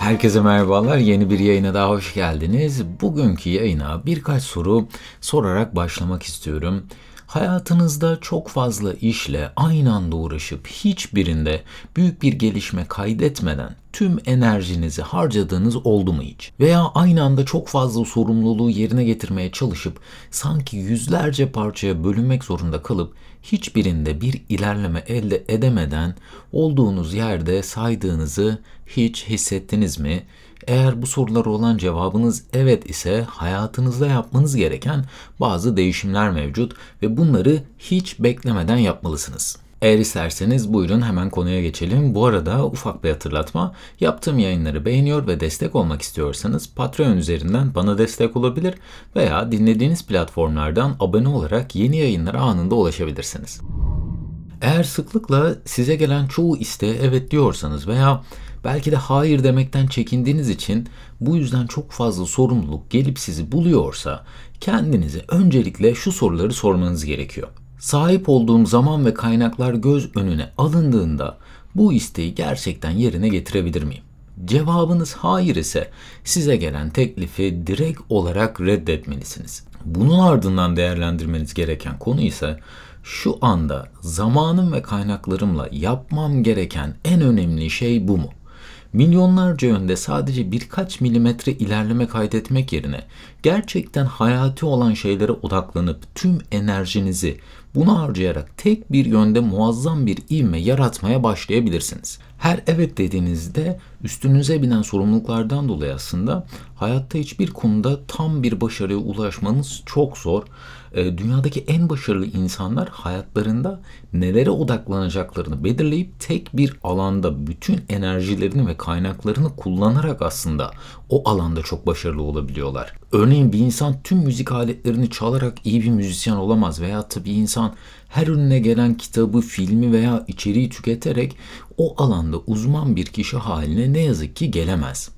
Herkese merhabalar. Yeni bir yayına daha hoş geldiniz. Bugünkü yayına birkaç soru sorarak başlamak istiyorum. Hayatınızda çok fazla işle aynı anda uğraşıp hiçbirinde büyük bir gelişme kaydetmeden tüm enerjinizi harcadığınız oldu mu hiç? Veya aynı anda çok fazla sorumluluğu yerine getirmeye çalışıp sanki yüzlerce parçaya bölünmek zorunda kalıp hiçbirinde bir ilerleme elde edemeden olduğunuz yerde saydığınızı hiç hissettiniz mi? Eğer bu sorulara olan cevabınız evet ise hayatınızda yapmanız gereken bazı değişimler mevcut ve bunları hiç beklemeden yapmalısınız. Eğer isterseniz buyurun hemen konuya geçelim. Bu arada ufak bir hatırlatma. Yaptığım yayınları beğeniyor ve destek olmak istiyorsanız Patreon üzerinden bana destek olabilir veya dinlediğiniz platformlardan abone olarak yeni yayınlara anında ulaşabilirsiniz. Eğer sıklıkla size gelen çoğu isteğe evet diyorsanız veya belki de hayır demekten çekindiğiniz için bu yüzden çok fazla sorumluluk gelip sizi buluyorsa kendinize öncelikle şu soruları sormanız gerekiyor. Sahip olduğum zaman ve kaynaklar göz önüne alındığında bu isteği gerçekten yerine getirebilir miyim? Cevabınız hayır ise size gelen teklifi direkt olarak reddetmelisiniz. Bunun ardından değerlendirmeniz gereken konu ise şu anda zamanım ve kaynaklarımla yapmam gereken en önemli şey bu mu? Milyonlarca yönde sadece birkaç milimetre ilerleme kaydetmek yerine gerçekten hayati olan şeylere odaklanıp tüm enerjinizi buna harcayarak tek bir yönde muazzam bir ivme yaratmaya başlayabilirsiniz. Her evet dediğinizde üstünüze binen sorumluluklardan dolayı aslında hayatta hiçbir konuda tam bir başarıya ulaşmanız çok zor. Dünyadaki en başarılı insanlar hayatlarında nelere odaklanacaklarını belirleyip tek bir alanda bütün enerjilerini ve kaynaklarını kullanarak aslında o alanda çok başarılı olabiliyorlar. Örneğin bir insan tüm müzik aletlerini çalarak iyi bir müzisyen olamaz veya tabii insan her önüne gelen kitabı, filmi veya içeriği tüketerek o alanda uzman bir kişi haline ne yazık ki gelemez.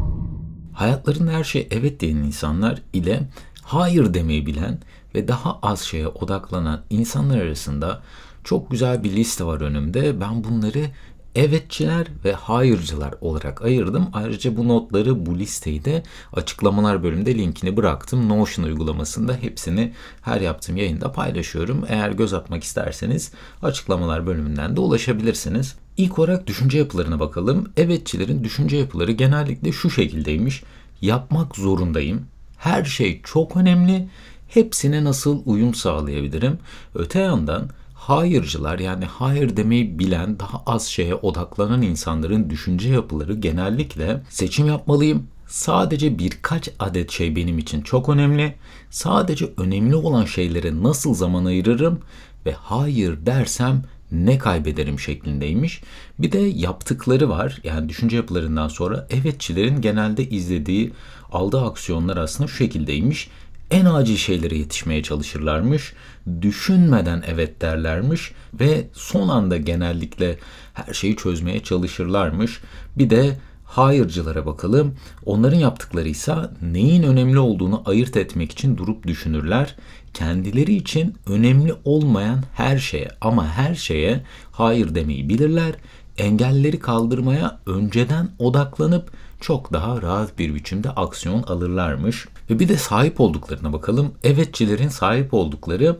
Hayatlarında her şeye evet diyen insanlar ile hayır demeyi bilen ve daha az şeye odaklanan insanlar arasında çok güzel bir liste var önümde. Ben bunları evetçiler ve hayırcılar olarak ayırdım. Ayrıca bu notları, bu listeyi de açıklamalar bölümünde linkini bıraktım. Notion uygulamasında hepsini her yaptığım yayında paylaşıyorum. Eğer göz atmak isterseniz açıklamalar bölümünden de ulaşabilirsiniz. İlk olarak düşünce yapılarına bakalım. Evetçilerin düşünce yapıları genellikle şu şekildeymiş. Yapmak zorundayım. Her şey çok önemli. Hepsine nasıl uyum sağlayabilirim? Öte yandan hayırcılar yani hayır demeyi bilen daha az şeye odaklanan insanların düşünce yapıları genellikle seçim yapmalıyım. Sadece birkaç adet şey benim için çok önemli. Sadece önemli olan şeylere nasıl zaman ayırırım ve hayır dersem ne kaybederim şeklindeymiş. Bir de yaptıkları var. Yani düşünce yapılarından sonra evetçilerin genelde izlediği, aldığı aksiyonlar aslında şu şekildeymiş. En acil şeylere yetişmeye çalışırlarmış. Düşünmeden evet derlermiş ve son anda genellikle her şeyi çözmeye çalışırlarmış. Bir de hayırcılara bakalım. Onların yaptıkları ise neyin önemli olduğunu ayırt etmek için durup düşünürler. Kendileri için önemli olmayan her şeye ama her şeye hayır demeyi bilirler. Engelleri kaldırmaya önceden odaklanıp çok daha rahat bir biçimde aksiyon alırlarmış. Ve bir de sahip olduklarına bakalım. Evetçilerin sahip oldukları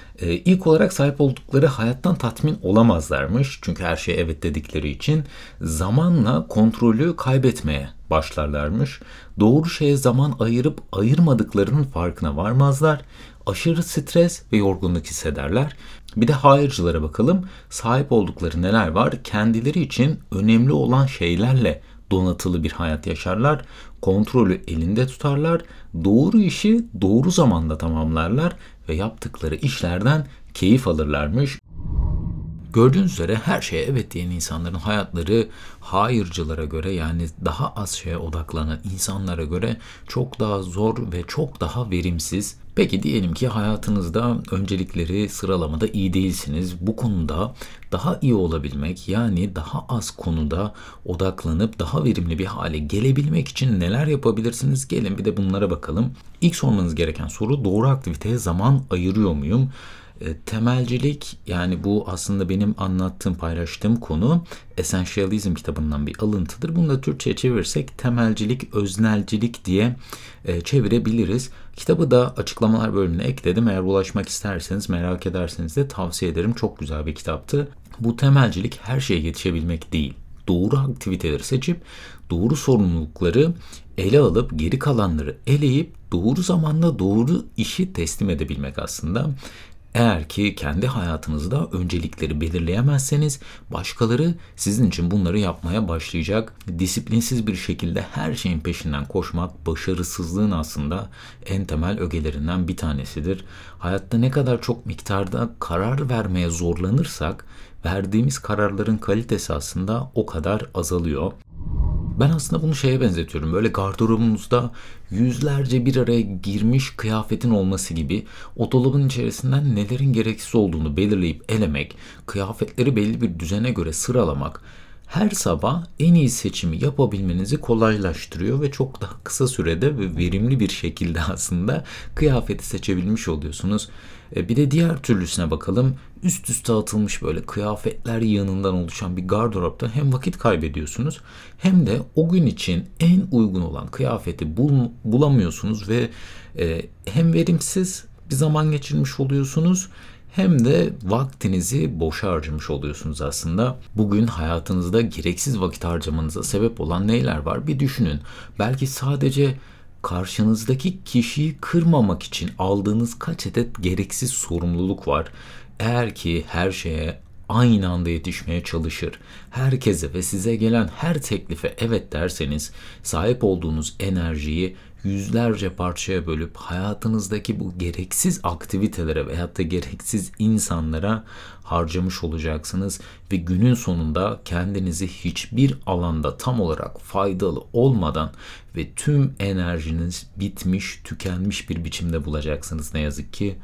ilk olarak sahip oldukları hayattan tatmin olamazlarmış. Çünkü her şeye evet dedikleri için zamanla kontrolü kaybetmeye başlarlarmış. Doğru şeye zaman ayırıp ayırmadıklarının farkına varmazlar. Aşırı stres ve yorgunluk hissederler. Bir de hayırcılara bakalım. Sahip oldukları neler var? Kendileri için önemli olan şeylerle donatılı bir hayat yaşarlar. Kontrolü elinde tutarlar. Doğru işi doğru zamanda tamamlarlar ve yaptıkları işlerden keyif alırlarmış. Gördüğünüz üzere her şeye evet diyen insanların hayatları hayırcılara göre yani daha az şeye odaklanan insanlara göre çok daha zor ve çok daha verimsiz. Peki diyelim ki hayatınızda öncelikleri sıralamada iyi değilsiniz. Bu konuda daha iyi olabilmek yani daha az konuda odaklanıp daha verimli bir hale gelebilmek için neler yapabilirsiniz? Gelin bir de bunlara bakalım. İlk sormanız gereken soru doğru aktiviteye zaman ayırıyor muyum? Temelcilik, yani bu aslında benim anlattığım, paylaştığım konu Essentialism kitabından bir alıntıdır. Bunu da Türkçe'ye çevirirsek temelcilik, öznelcilik diye çevirebiliriz. Kitabı da açıklamalar bölümüne ekledim. Eğer ulaşmak isterseniz, merak ederseniz de tavsiye ederim. Çok güzel bir kitaptı. Bu temelcilik her şeye yetişebilmek değil. Doğru aktiviteleri seçip, doğru sorumlulukları ele alıp, geri kalanları eleyip, doğru zamanda doğru işi teslim edebilmek aslında. Eğer ki kendi hayatınızda öncelikleri belirleyemezseniz başkaları sizin için bunları yapmaya başlayacak. Disiplinsiz bir şekilde her şeyin peşinden koşmak başarısızlığın aslında en temel ögelerinden bir tanesidir. Hayatta ne kadar çok miktarda karar vermeye zorlanırsak verdiğimiz kararların kalitesi aslında o kadar azalıyor. Ben aslında bunu şeye benzetiyorum. Böyle gardırobunuzda yüzlerce bir araya girmiş kıyafetin olması gibi, o dolabın içerisinden nelerin gereksiz olduğunu belirleyip elemek, kıyafetleri belli bir düzene göre sıralamak, her sabah en iyi seçimi yapabilmenizi kolaylaştırıyor ve çok daha kısa sürede ve verimli bir şekilde aslında kıyafeti seçebilmiş oluyorsunuz. Bir de diğer türlüsüne bakalım. Üst üste atılmış böyle kıyafetler yığınından oluşan bir gardıropta hem vakit kaybediyorsunuz hem de o gün için en uygun olan kıyafeti bulamıyorsunuz ve hem verimsiz bir zaman geçirmiş oluyorsunuz hem de vaktinizi boşa harcamış oluyorsunuz aslında. Bugün hayatınızda gereksiz vakit harcamanıza sebep olan neler var bir düşünün. Belki sadece karşınızdaki kişiyi kırmamak için aldığınız kaç adet gereksiz sorumluluk var. Eğer ki her şeye aynı anda yetişmeye çalışır, herkese ve size gelen her teklife evet derseniz, sahip olduğunuz enerjiyi yüzlerce parçaya bölüp hayatınızdaki bu gereksiz aktivitelere veyahut da gereksiz insanlara harcamış olacaksınız ve günün sonunda kendinizi hiçbir alanda tam olarak faydalı olmadan ve tüm enerjiniz bitmiş, tükenmiş bir biçimde bulacaksınız ne yazık ki.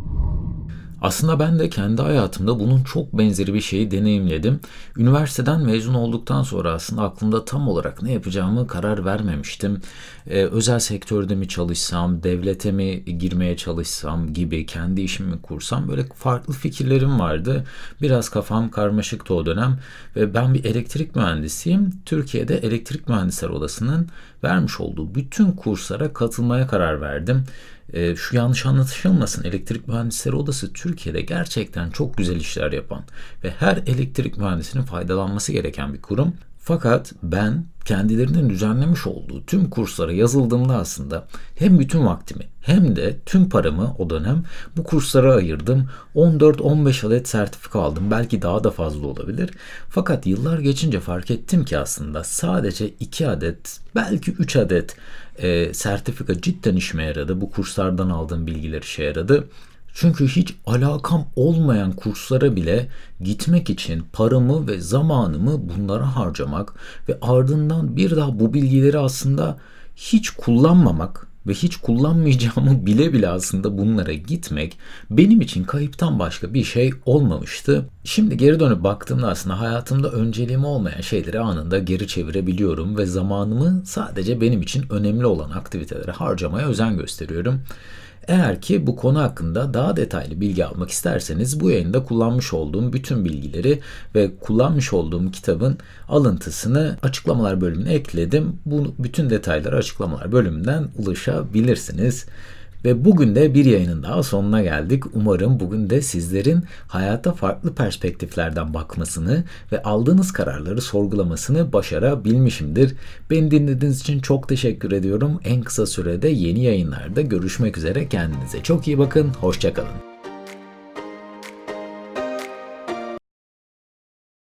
Aslında ben de kendi hayatımda bunun çok benzeri bir şeyi deneyimledim. Üniversiteden mezun olduktan sonra aslında aklımda tam olarak ne yapacağımı karar vermemiştim. Özel sektörde mi çalışsam, devlete mi girmeye çalışsam gibi, kendi işimi kursam, böyle farklı fikirlerim vardı. Biraz kafam karmaşıktı o dönem ve ben bir elektrik mühendisiyim. Türkiye'de Elektrik Mühendisler Odası'nın vermiş olduğu bütün kurslara katılmaya karar verdim. Şu yanlış anlaşılmasın, Elektrik Mühendisleri Odası Türkiye'de gerçekten çok güzel işler yapan ve her elektrik mühendisinin faydalanması gereken bir kurum. Fakat ben kendilerinin düzenlemiş olduğu tüm kurslara yazıldığımda aslında hem bütün vaktimi hem de tüm paramı o dönem bu kurslara ayırdım. 14-15 adet sertifika aldım. Belki daha da fazla olabilir. Fakat yıllar geçince fark ettim ki aslında sadece 2 adet, belki 3 adet sertifika cidden işime yaradı. Bu kurslardan aldığım bilgiler işe yaradı. Çünkü hiç alakam olmayan kurslara bile gitmek için paramı ve zamanımı bunlara harcamak ve ardından bir daha bu bilgileri aslında hiç kullanmamak ve hiç kullanmayacağımı bile bile aslında bunlara gitmek benim için kayıptan başka bir şey olmamıştı. Şimdi geri dönüp baktığımda aslında hayatımda önceliğim olmayan şeyleri anında geri çevirebiliyorum ve zamanımı sadece benim için önemli olan aktivitelere harcamaya özen gösteriyorum. Eğer ki bu konu hakkında daha detaylı bilgi almak isterseniz bu yayında kullanmış olduğum bütün bilgileri ve kullanmış olduğum kitabın alıntısını açıklamalar bölümüne ekledim. Bu bütün detayları açıklamalar bölümünden ulaşabilirsiniz. Ve bugün de bir yayının daha sonuna geldik. Umarım bugün de sizlerin hayata farklı perspektiflerden bakmasını ve aldığınız kararları sorgulamasını başarabilmişimdir. Beni dinlediğiniz için çok teşekkür ediyorum. En kısa sürede yeni yayınlarda görüşmek üzere. Kendinize çok iyi bakın. Hoşça kalın.